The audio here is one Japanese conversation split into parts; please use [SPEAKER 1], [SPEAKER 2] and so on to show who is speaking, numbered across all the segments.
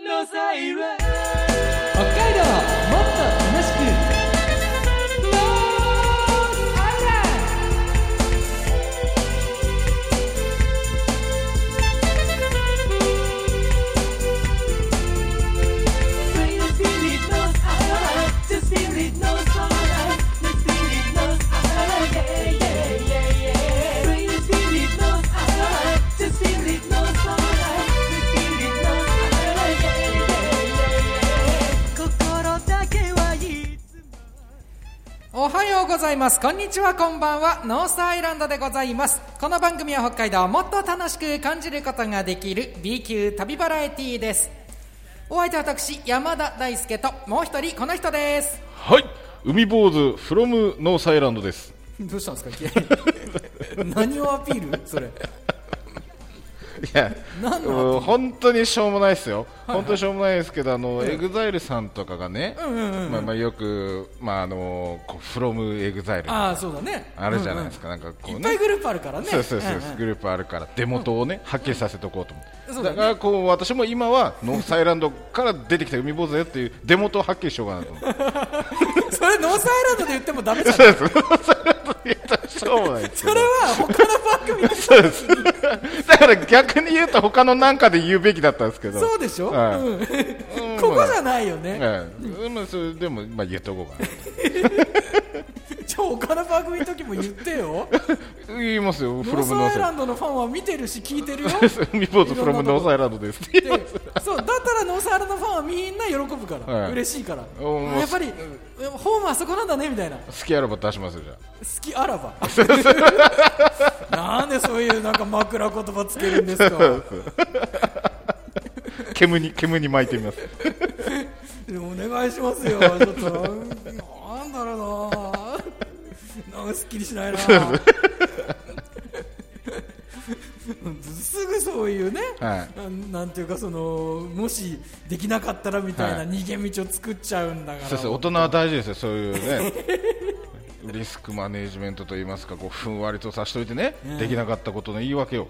[SPEAKER 1] のサイレン
[SPEAKER 2] 北海道もっと楽しくノーアイランおはようございます。こんにちは、こんばんは。ノースアイランドでございます。この番組は北海道をもっと楽しく感じることができる B 級旅バラエティーです。お相手は私山田大輔ともう一人この人です。
[SPEAKER 3] はい、海坊主 from ノースアイランドです。
[SPEAKER 2] どうしたんですか、いきなり何をアピールそれ。
[SPEAKER 3] いや、本当にしょうもないですよ、はいはい、本当にしょうもないですけど、エグザイルさんとかがね、よく、フロムエグザイル
[SPEAKER 2] そうだね、
[SPEAKER 3] あるじゃないですか、なんかこうね、
[SPEAKER 2] いっぱいグループあるからね、
[SPEAKER 3] そう、グループあるから、出元をね、はっきりさせておこうと思って、だからこう私も今はノースアイランドから出てきた海坊主だよっていう出元をはっきりしようかなと思って。
[SPEAKER 2] それノースアイランドで言ってもダメじゃん。
[SPEAKER 3] そうです、ノースアイランドで言ったらしょうもないですけど、
[SPEAKER 2] それは他の番組で
[SPEAKER 3] そうですだから逆に言うと他のなんかで言うべきだったんですけど、
[SPEAKER 2] そうでしょ、ここじゃないよね、
[SPEAKER 3] それでも言っとこうかな
[SPEAKER 2] じゃあ他の番組の時も言ってよ
[SPEAKER 3] 言いますよ。
[SPEAKER 2] ノースアイランドのファンは見てるし聞いてるよ
[SPEAKER 3] 海坊主 from ノースアイランドですって言います。
[SPEAKER 2] そうだったらノースアイランドのファンはみんな喜ぶから、嬉しいから、やっぱりホームはそこなんだねみたいな。
[SPEAKER 3] 好きあらば出しますよ。じゃあ
[SPEAKER 2] 好きあらばなんでそういうなんか枕言葉つけるんですか
[SPEAKER 3] 煙に巻いてみます
[SPEAKER 2] お願いしますよ。ちょっとなんだろうな、なんかすっきりしないなすぐそういうね、なんていうか、そのもしできなかったらみたいな逃げ道を作っちゃうんだから、
[SPEAKER 3] そう大人は大事ですよ、そういうねリスクマネジメントといいますか、こうふんわりとさしといてね、できなかったことの言い訳を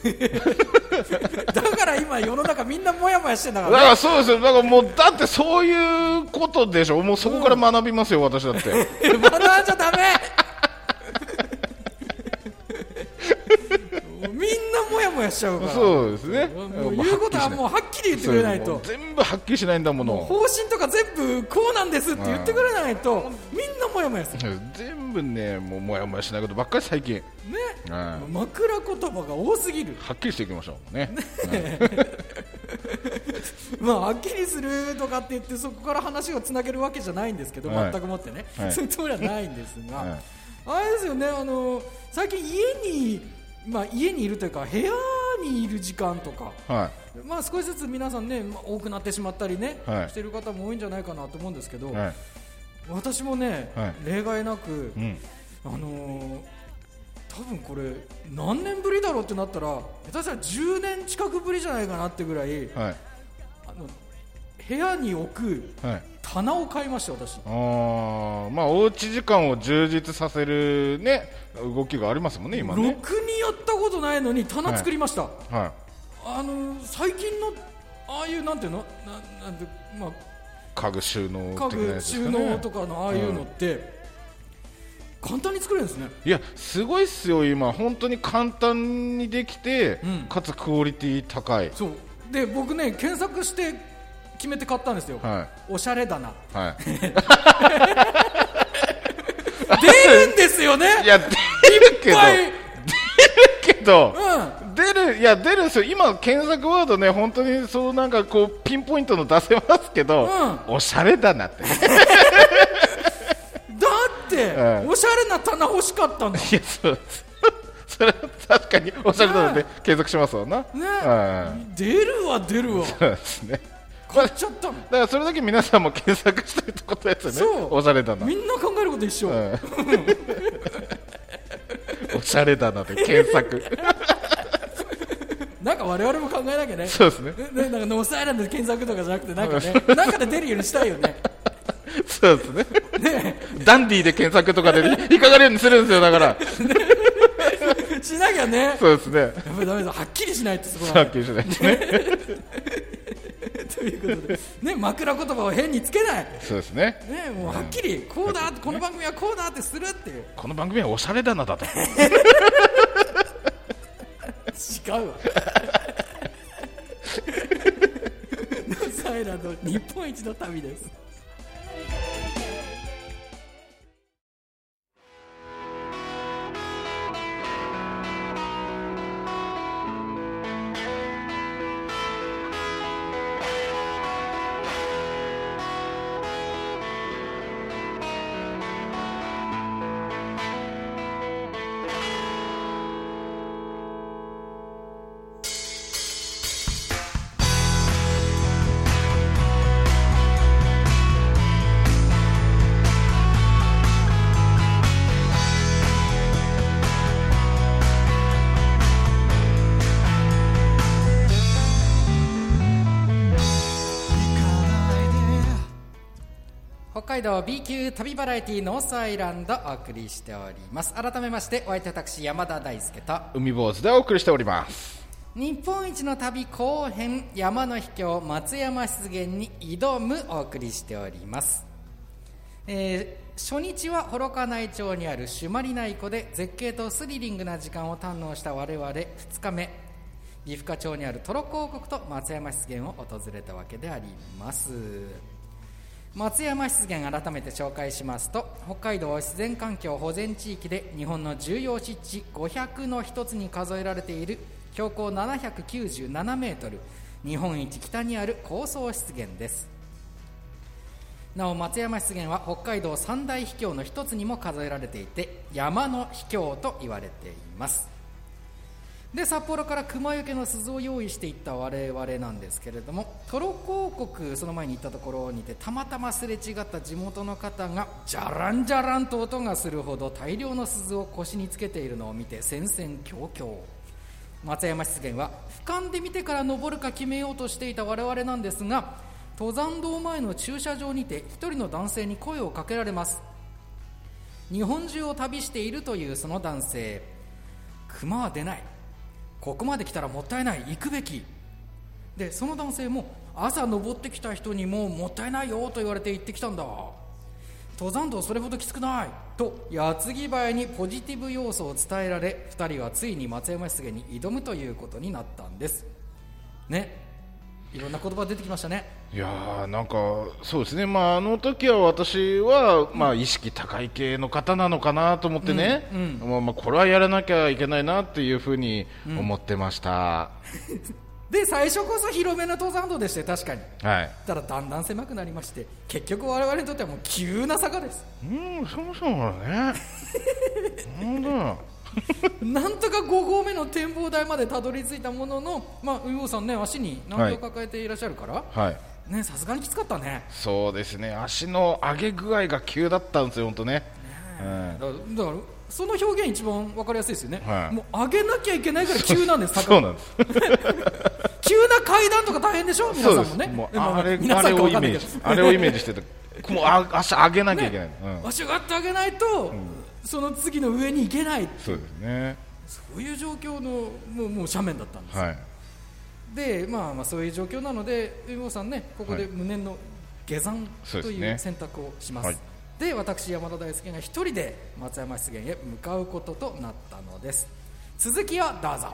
[SPEAKER 2] だから今世の中みんなモヤモヤしてんだから、
[SPEAKER 3] だからそうですよ。だからもうだってそういうことでしょ。もうそこから学びますよ、私だって
[SPEAKER 2] 学んじゃダメみんなモヤモヤしちゃうから。そうですね、もう言うことはもうはっきり言ってくれないと。
[SPEAKER 3] 全部はっきりしないんだもの。
[SPEAKER 2] 方針とか全部こうなんですって言ってくれないとみんなモヤモヤする。
[SPEAKER 3] 全部ね、もうモヤモヤしないことばっかり最近ね、
[SPEAKER 2] 枕言葉が多すぎる。
[SPEAKER 3] はっきりしていきましょうね
[SPEAKER 2] はっきりするとかって言ってそこから話をつなげるわけじゃないんですけど、全くもってね、そういうつもりはないんですが、あれですよね、最近家にいるというか部屋にいる時間とか、少しずつ皆さんね、多くなってしまったりね、している方も多いんじゃないかなと思うんですけど、私もね、例外なく、多分これ何年ぶりだろうってなったら下手したら10年近くぶりじゃないかなってぐらい、部屋に置く棚を買いました、私。
[SPEAKER 3] おうち時間を充実させるね、動きがありますもんね、今ね。
[SPEAKER 2] ろくにやったことないのに棚作りました、最近のああいうなんていうの、
[SPEAKER 3] 家具収納的なやつですかね。
[SPEAKER 2] 家具収納とかのああいうのって、簡単に作れるんですね。
[SPEAKER 3] いや、すごいっすよ、今本当に簡単にできて、かつクオリティ高い。
[SPEAKER 2] そうで、僕ね、検索して決めて買ったんですよ、おしゃれだな、出るんですよね。
[SPEAKER 3] いや、出るけど、出るんですよ。今検索ワードね、本当にそうなんかこうピンポイントの出せますけど、おしゃれだなってだ
[SPEAKER 2] って、おしゃれな棚欲しかったの。いや、
[SPEAKER 3] それは確かにおしゃれだなって検索しますわな、
[SPEAKER 2] 出るわそうですね、買っちゃったの。
[SPEAKER 3] だからそれだけ皆さんも検索したいってことですよね。おしゃれだな、
[SPEAKER 2] みんな考えること一緒、
[SPEAKER 3] おしゃれだなで検索
[SPEAKER 2] なんか我々も考えなきゃね。
[SPEAKER 3] そうですね。
[SPEAKER 2] なんかノースアイランドで検索とかじゃなくて、なんかね、なんかで出るようにしたいよね。
[SPEAKER 3] そうですね。ダンディーで検索とかで引っかかるようにするんですよ、だから
[SPEAKER 2] しなきゃね。
[SPEAKER 3] そうですね。やっ
[SPEAKER 2] ぱりダメだ、はっきりしないと。
[SPEAKER 3] はっきりしないとね
[SPEAKER 2] ということで、ね、枕言葉を変につけない。
[SPEAKER 3] そうですね。
[SPEAKER 2] ね、もうはっきりこうだ、この番組はこうだってするっていう。
[SPEAKER 3] この番組はおしゃれだなだと。
[SPEAKER 2] 違うわ。ノースアイランド日本一の旅です。北海道 B 級旅バラエティノースアイランドお送りしております。改めましてお相手私山田大輔と
[SPEAKER 3] 海坊主でお送りしております。
[SPEAKER 2] 日本一の旅後編、山の秘境松山湿原に挑むお送りしております。初日は幌加内町にある朱鞠内湖で絶景とスリリングな時間を堪能した我々。2日目、岐阜課町にあるトロ広告と松山湿原を訪れたわけであります。松山湿原、改めて紹介しますと、北海道自然環境保全地域で日本の重要湿地500の一つに数えられている標高797メートル、日本一北にある高層湿原です。なお松山湿原は北海道三大秘境の一つにも数えられていて、山の秘境と言われています。で、札幌から熊よけの鈴を用意していった我々なんですけれども、トロ広告、その前に行ったところにてたまたますれ違った地元の方がじゃらんじゃらんと音がするほど大量の鈴を腰につけているのを見て戦々恐々。松山湿原は俯瞰で見てから登るか決めようとしていた我々なんですが、登山道前の駐車場にて一人の男性に声をかけられます。日本中を旅しているというその男性、熊は出ない、ここまで来たらもったいない、行くべきで、その男性も朝登ってきた人にももったいないよと言われて行ってきたんだ、登山道それほどきつくないと矢継ぎ早にポジティブ要素を伝えられ、2人はついに松山湿原に挑むということになったんですね。いろんな言葉出てきましたね。
[SPEAKER 3] いやー、なんかそうですね、あの時は私は、意識高い系の方なのかなと思ってね、これはやらなきゃいけないなっていうふうに思ってました、
[SPEAKER 2] で、最初こそ広めの登山道でして、確かに、
[SPEAKER 3] はい、
[SPEAKER 2] ただだんだん狭くなりまして、結局我々にとってはもう急な坂です。
[SPEAKER 3] そうそうだねなんだ
[SPEAKER 2] なんとか5合目の展望台までたどり着いたものの、海坊さんね、足に難病を抱えていらっしゃるから、ね、さすがにきつかったね。
[SPEAKER 3] そうですね、足の上げ具合が急だったんですよ、本当ね。
[SPEAKER 2] だからその表現一番分かりやすいですよね、もう上げなきゃいけないぐらい急なんです
[SPEAKER 3] そうなんです
[SPEAKER 2] 急な階段とか大変でしょ、皆さんもね。
[SPEAKER 3] もうあれをイメージしててもう足上げなきゃいけない、
[SPEAKER 2] 足をガッと上げないと、その次の上に行けないっていう、
[SPEAKER 3] そうですね、
[SPEAKER 2] そういう状況のもう斜面だったんですよ、で、そういう状況なので、海坊さんね、ここで無念の下山という選択をします。で、私山田大輔が一人で松山湿原へ向かうこととなったのです。続きをどうぞ。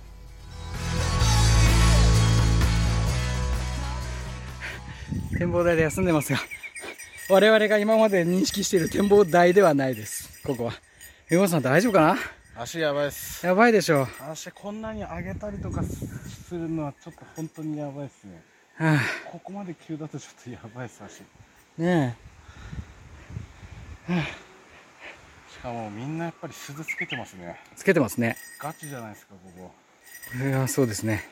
[SPEAKER 1] 展望台で休んでますが、我々が今まで認識している展望台ではないです。ここは海坊さん大丈夫かな。
[SPEAKER 3] 足やばいです。
[SPEAKER 1] やばいでしょ。
[SPEAKER 3] 足こんなに上げたりとかするのはちょっと本当にやばいですね、ここまで急だとちょっとやばいです、足
[SPEAKER 1] ね
[SPEAKER 3] え、しかもみんなやっぱり鈴つけてますね。
[SPEAKER 1] つけてますね。
[SPEAKER 3] ガチじゃないですか、ここ。
[SPEAKER 1] いや、そうですね。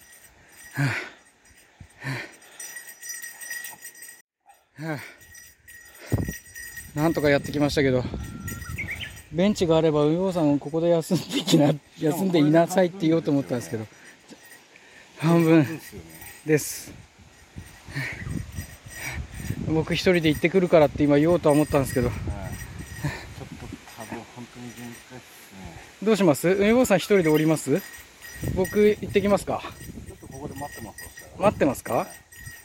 [SPEAKER 1] なんとかやってきましたけど、ベンチがあれば海坊さんをここで休んでいなさいって言おうと思ったんですけど、半分です。僕一人で行ってくるからって今言おうとは思ったんですけど、ちょっと
[SPEAKER 3] 多分本当に限界ですね。
[SPEAKER 1] どうします？海坊さん一人で降ります？僕行ってきますか。
[SPEAKER 3] ちょっとここで待ってます。
[SPEAKER 1] 待ってますか？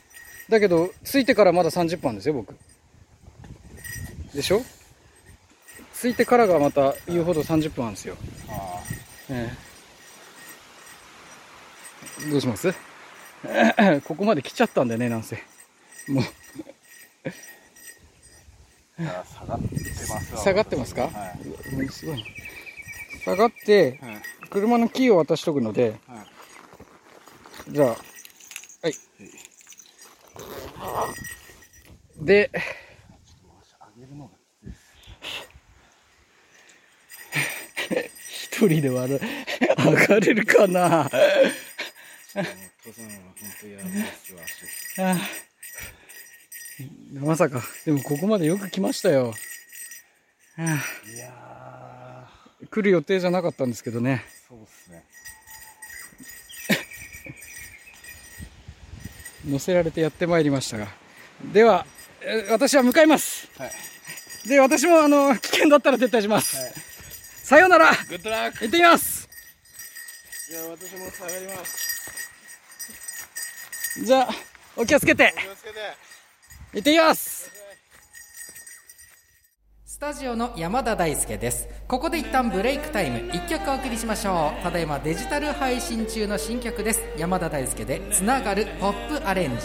[SPEAKER 1] だけど着いてからまだ30分ですよ僕でしょ。着いてからがまた言うほど30分あるんですよ。どうしますここまで来ちゃったんだよね、なんせもう下がってますか、すごい下がって、車のキーを渡しとくので、じゃあはいで一人で上がれるかなまさか。でもここまでよく来ましたよ。いや来る予定じゃなかったんですけどね。そうですね乗せられてやってまいりましたが、では私は向かいます、で私も危険だったら撤退します、さようなら。グッドラック。行ってきます。じゃあ私も下がります。じゃあお気をつけて。行ってきます。
[SPEAKER 2] スタジオの山田大輔です。ここで一旦ブレイクタイム、1曲お送りしましょう。ただいまデジタル配信中の新曲です。山田大輔でつながるポップアレンジ。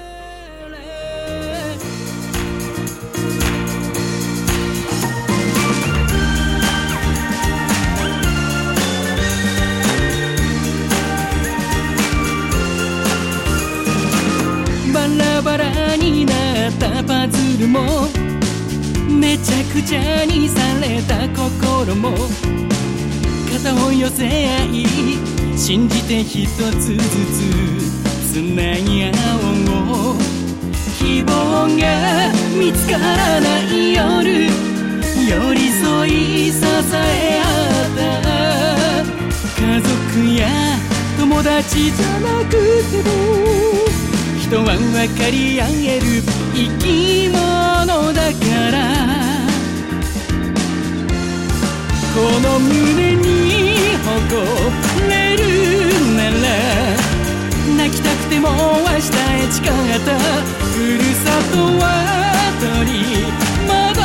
[SPEAKER 4] バラバラになったパズルもめちゃくちゃにされた心も肩を寄せ合い信じて一つずつつなぎ合おう。希望が見つからない夜寄り添い支え合った家族や友達じゃなくても人は分かり合える生き物だからこの胸に誇れるなら泣きたくても明日へ誓ったふるさとは取り戻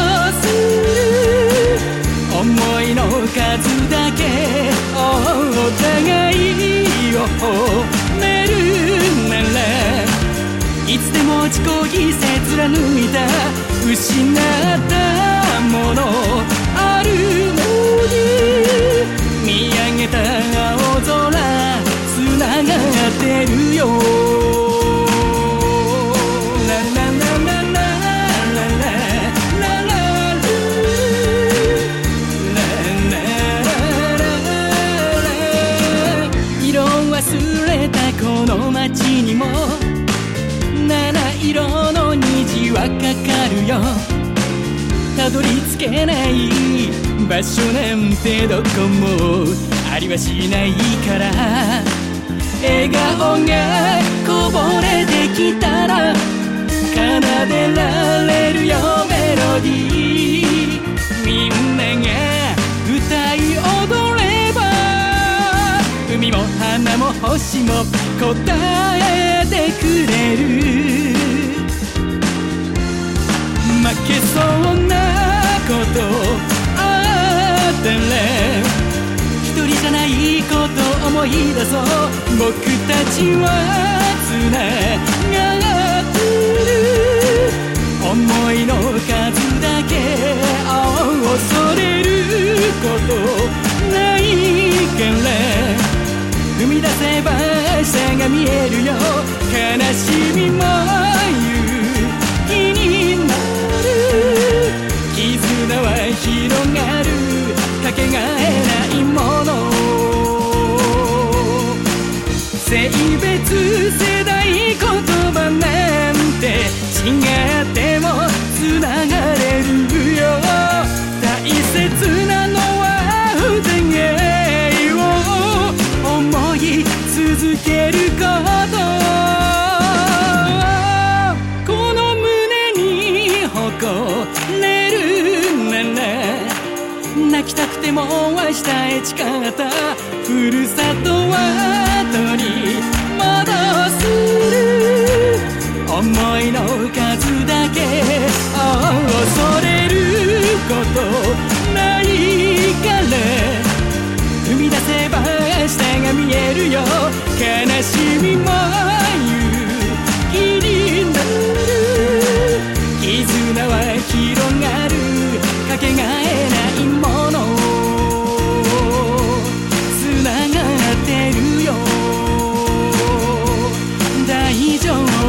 [SPEAKER 4] す思いの数だけお互いを褒めるならいつでも自己犠牲貫いた失ったものあるのに見上げた青空つながってるよ。ララララララララララ色忘れたこの街にも七色の虹はかかるよ。たどり着けない場所なんてどこもありはしないから笑顔がこぼれてきたら奏でられるよメロディー。みんなが歌い踊れば海も花も星も答えてくれる。負けそうなことあったら一人じゃないこと思い出そう。僕たちはつながってる思いの数だけ恐れることないから踏み出せば明日が見えるよ。悲しみも勇気になる絆は広がるかけがえないもの。性別世代言葉なんて違ってもつながれるよ。大切なのはお互いを思い続けること。この胸に誇れるなら泣きたくても明日へ誓ったふるさとは取り戻す思い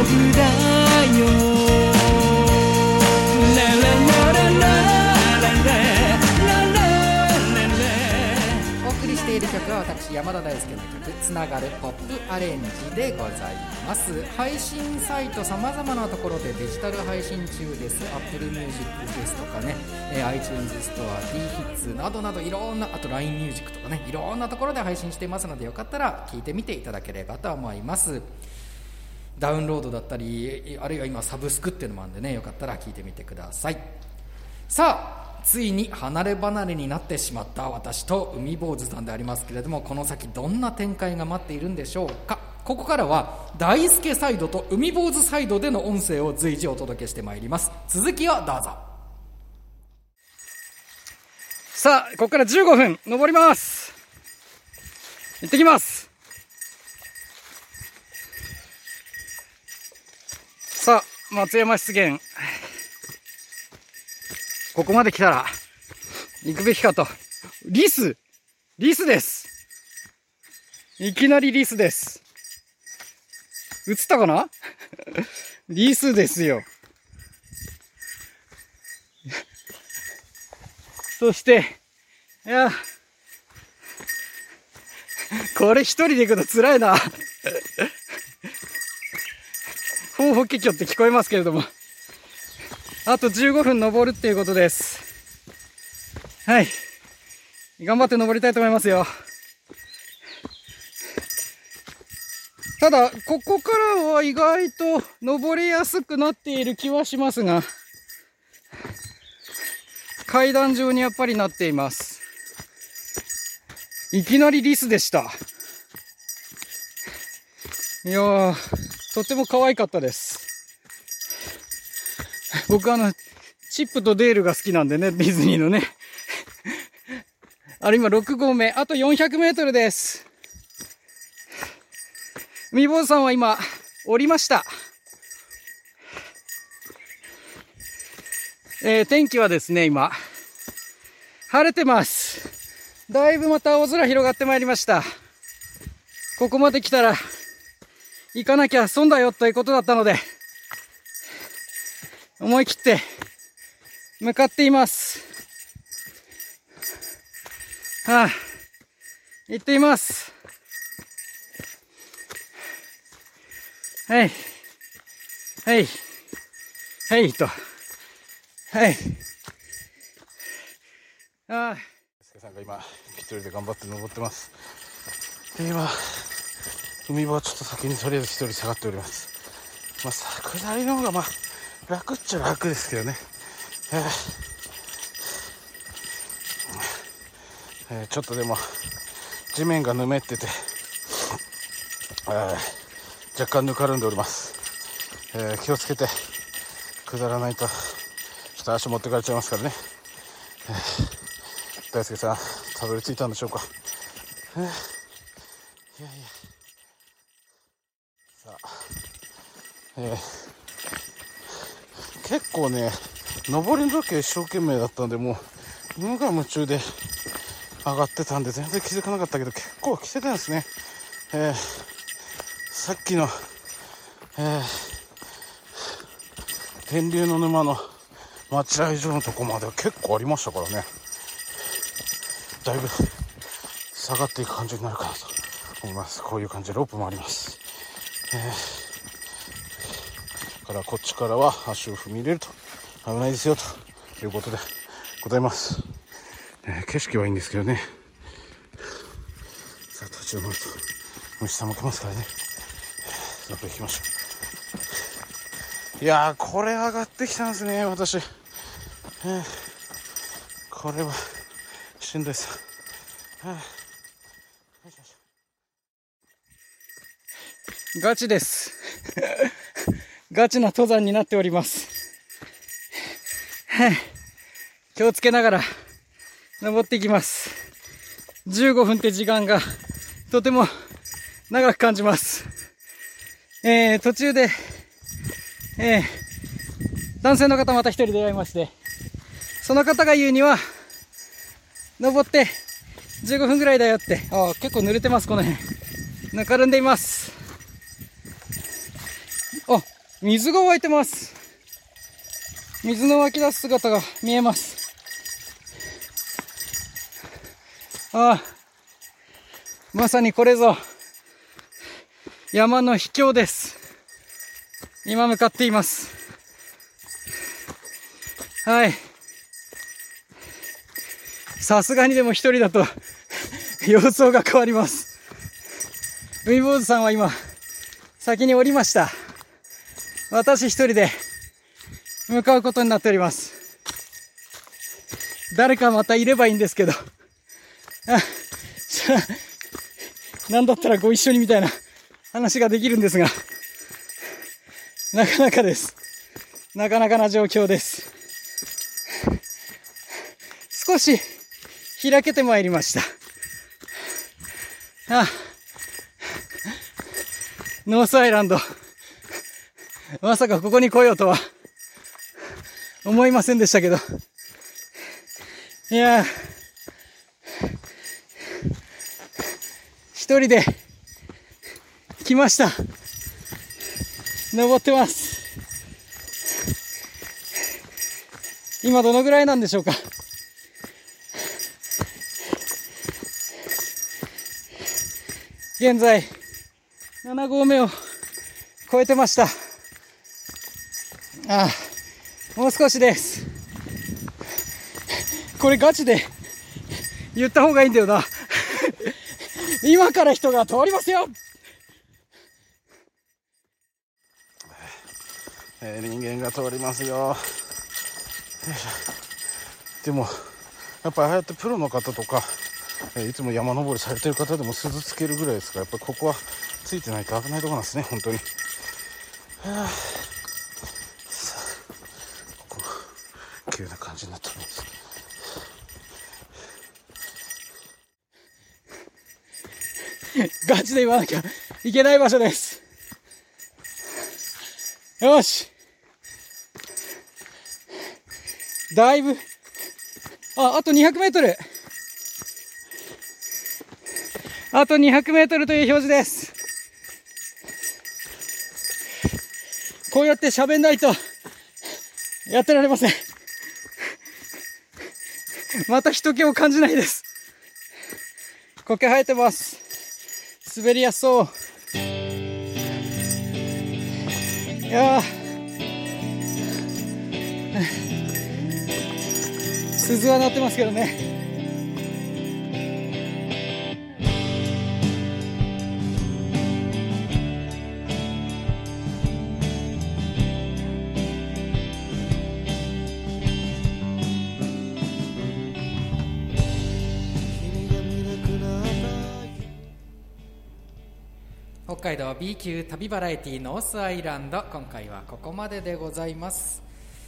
[SPEAKER 4] だよ。ララララララ
[SPEAKER 2] お送りしている曲は私山田大輔の曲つながるポップアレンジでございます。配信サイト様々なところでデジタル配信中です。 Apple Music ですとかね、iTunes ストア、 D ヒッツなどなどいろんな、あと LINE ミュージックとかね、いろんなところで配信していますので、よかったら聞いてみていただければと思います。ダウンロードだったり、あるいは今サブスクっていうのもあるんでね、よかったら聞いてみてください。さあ、ついに離れ離れになってしまった私と海坊主さんでありますけれども、この先どんな展開が待っているんでしょうか。ここからは大輔サイドと海坊主サイドでの音声を随時お届けしてまいります。続きをどうぞ。
[SPEAKER 1] さあ、ここから15分登ります。行ってきます。さあ、松山湿原、ここまで来たら行くべきかと。リスです。いきなりリスです。映ったかなリスですよ。そして、いや、これ一人で行くと辛いな。ほうほけきょって聞こえますけれども、あと15分登るっていうことです。はい。頑張って登りたいと思いますよ。ただ、ここからは意外と登りやすくなっている気はしますが、階段状にやっぱりなっています。いきなりリスでした。いやー、とても可愛かったです。僕チップとデールが好きなんでね、ディズニーのね。今6合目、あと400メートルです。海坊主さんは今、降りました。天気はですね、今、晴れてます。だいぶまた青空広がってまいりました。ここまで来たら、行かなきゃ損だよということだったので、思い切って向かっています。行っています。はい。はい。はいと。はい。
[SPEAKER 3] 助さんが今一人で頑張って登ってます。で、今海場はちょっと先にとりあえず一人下がっております。下りの方が楽っちゃ楽ですけどね。ちょっとでも地面がぬめってて、若干ぬかるんでおります。気をつけて下らないとちょっと足持ってかれちゃいますからね。大輔さん、たどり着いたんでしょうか。いやいや、さあ、結構ね、登りの時は一生懸命だったんで、もう無我夢中で上がってたんで全然気づかなかったけど、結構来てたんですね。さっきの、天竜の沼の待合所のとこまでは結構ありましたからね。だいぶ下がっていく感じになるかなと思います。こういう感じでロープもあります。からこっちからは足を踏み入れると危ないですよということでございます。景色はいいんですけどね。さあ、途中乗ると虫さんも来ますからね。さあ、行きましょう。いやー、これ上がってきたんですね、私。これはしんどいです。
[SPEAKER 1] ガチですガチな登山になっております。気をつけながら登っていきます。15分って時間がとても長く感じます。途中で、男性の方また一人出会いまして、その方が言うには登って15分ぐらいだよって。結構濡れてます。この辺ぬかるんでいます。 水が湧いてます。水の湧き出す姿が見えます。ああ、まさにこれぞ山の秘境です。今向かっています。はい。さすがにでも一人だと様相が変わります。海坊主さんは今先に降りました。私一人で向かうことになっております。誰かまたいればいいんですけど、なんだったらご一緒にみたいな話ができるんですが、なかなかです。なかなかな状況です。少し開けてまいりました。ノースアイランド、まさかここに来ようとは思いませんでしたけど、いやー、一人で来ました。登ってます。今どのぐらいなんでしょうか。現在7合目を超えてました。もう少しです。これガチで言った方がいいんだよな。今から人が通りますよ。
[SPEAKER 5] 人間が通りますよ。でもやっぱりああやってプロの方とか、いつも山登りされてる方でも涼つけるぐらいですから、やっぱりここはついてないと危ないところなんですね、本当に。さあ、ここ急な感じになっております。
[SPEAKER 1] ガチで言わなきゃいけない場所です。よし、だいぶあと200メートル、あと200メートルという表示です。こうやって喋んないとやってられません。また人気を感じないです。苔生えてます。滑りやすそう。いや鈴は鳴ってますけどね。
[SPEAKER 2] 北海道 B 級旅バラエティノースアイランド、今回はここまででございます。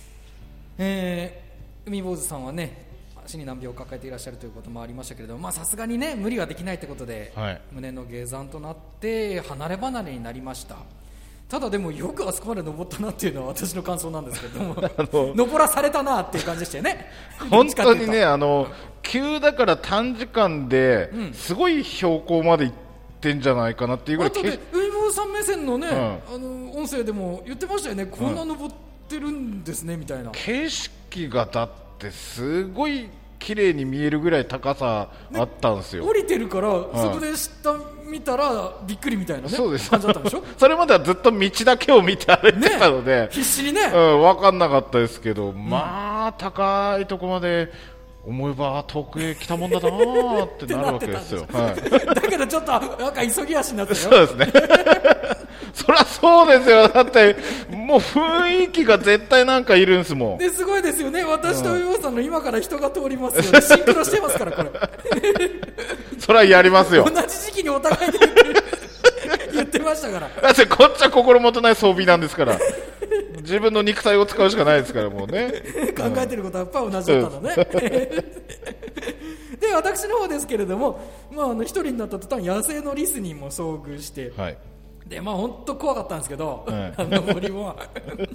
[SPEAKER 2] 海坊主さんはね、足に難病を抱えていらっしゃるということもありましたけれども、さすがにね無理はできないということで、胸の下山となって離れ離れになりました。ただでもよくあそこまで登ったなっていうのは私の感想なんですけども登らされたなっていう感じでしたよね。
[SPEAKER 3] 本当にね、急だから短時間ですごい標高まで行ってんじゃないかなっていうぐらい。
[SPEAKER 2] あとで海坊主さん目線のね、音声でも言ってましたよね、こんな登ってるんですねみたいな。
[SPEAKER 3] 景色がだってすごい綺麗に見えるぐらい高さあったんですよ。
[SPEAKER 2] 降りてるから、そこで下見たらびっくりみたいなね、
[SPEAKER 3] そうです
[SPEAKER 2] 感じだったんでしょ
[SPEAKER 3] それまではずっと道だけを見て歩いてたので、
[SPEAKER 2] 必死にね、
[SPEAKER 3] 分かんなかったですけど、高いとこまで思えば遠くへ来たもんだなーってなるわけですよ。
[SPEAKER 2] だけどちょっとなんか急ぎ足になったよ。
[SPEAKER 3] そうですねそりゃそうですよ。だってもう雰囲気が絶対なんかいるんですもん。
[SPEAKER 2] ですごいですよね。私と海坊さんの今から人が通りますよね、シンクロしてますからこれ
[SPEAKER 3] それはやりますよ。
[SPEAKER 2] 同じ時期にお互いで言ってましたから。
[SPEAKER 3] だってこっちは心もとない装備なんですから自分の肉体を使うしかないですからもうね
[SPEAKER 2] 考えてることはやっぱり同じだったんだねで私の方ですけれども、一人になった途端野生のリスにも遭遇して、で本当怖かったんですけど、登りも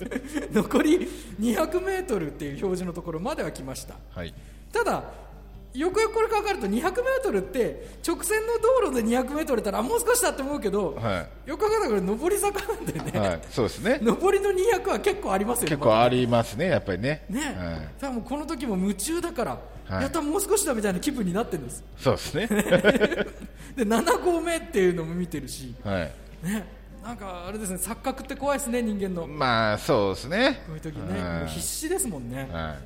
[SPEAKER 2] 残り200メートルっていう表示のところまでは来ました。ただよくよくこれ考えると200メートルって直線の道路で200メートルだったらもう少しだって思うけど、
[SPEAKER 3] は
[SPEAKER 2] よく考えたらこれ上り坂なんでね、
[SPEAKER 3] い、はい、そうですね。
[SPEAKER 2] 上りの200は結構ありますよね。
[SPEAKER 3] 結構ありますね、やっぱりね。
[SPEAKER 2] ね、
[SPEAKER 3] はい、
[SPEAKER 2] 多分この時も夢中だから、
[SPEAKER 3] はい、
[SPEAKER 2] やったもう少しだみたいな気分になってるんです。
[SPEAKER 3] そうですね。
[SPEAKER 2] で7合目っていうのも見てるし、
[SPEAKER 3] はい、
[SPEAKER 2] ね、なんかあれですね、錯覚って怖いですね、人間の。
[SPEAKER 3] まあそうですね。
[SPEAKER 2] こういう時ね、もう必死ですもんね。
[SPEAKER 3] はい、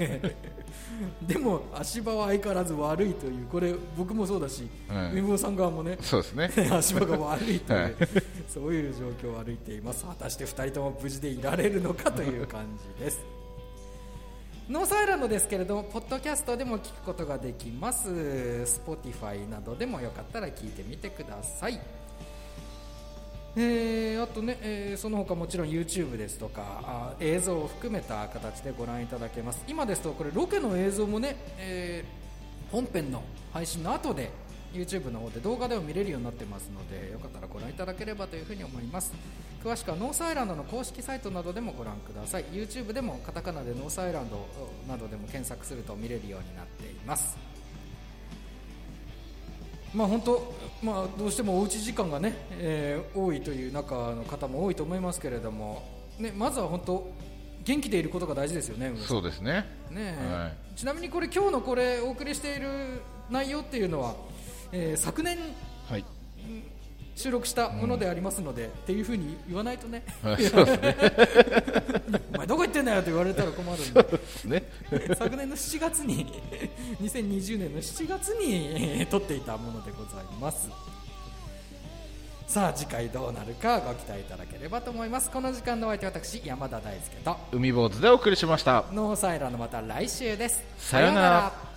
[SPEAKER 2] でも足場は相変わらず悪いという、これ僕もそうだし、海坊さん側もね、
[SPEAKER 3] そうですね。
[SPEAKER 2] 足場が悪いという、
[SPEAKER 3] はい、
[SPEAKER 2] そういう状況を歩いています。果たして2人とも無事でいられるのかという感じです。ノースアイランドですけれども、ポッドキャストでも聞くことができます。 Spotify などでもよかったら聞いてみてください。あとね、その他もちろん YouTube ですとか映像を含めた形でご覧いただけます。今ですとこれロケの映像もね、本編の配信の後で YouTube の方で動画でも見れるようになってますので、よかったらご覧いただければというふうに思います。詳しくはノースアイランドの公式サイトなどでもご覧ください。 YouTube でもカタカナでノースアイランドなどでも検索すると見れるようになっています。まあ本当、どうしてもおうち時間がね、多いという中の方も多いと思いますけれども、ね、まずは本当元気でいることが大事ですよね。
[SPEAKER 3] そうですね。
[SPEAKER 2] はい、ちなみにこれ今日のこれお送りしている内容っていうのは、昨年、はい、収録したものでありますので、っていうふうに言わないとね、
[SPEAKER 3] そうですね。
[SPEAKER 2] お前どこ行ってんだよって言われたら困るんで、
[SPEAKER 3] そうですね。
[SPEAKER 2] 昨年の7月に2020年の7月に撮っていたものでございます。さあ次回どうなるかご期待いただければと思います。この時間のお相手は私山田大輔と
[SPEAKER 3] 海坊主でお送りしました。
[SPEAKER 2] ノースアイランド、また来週です。
[SPEAKER 3] さようなら。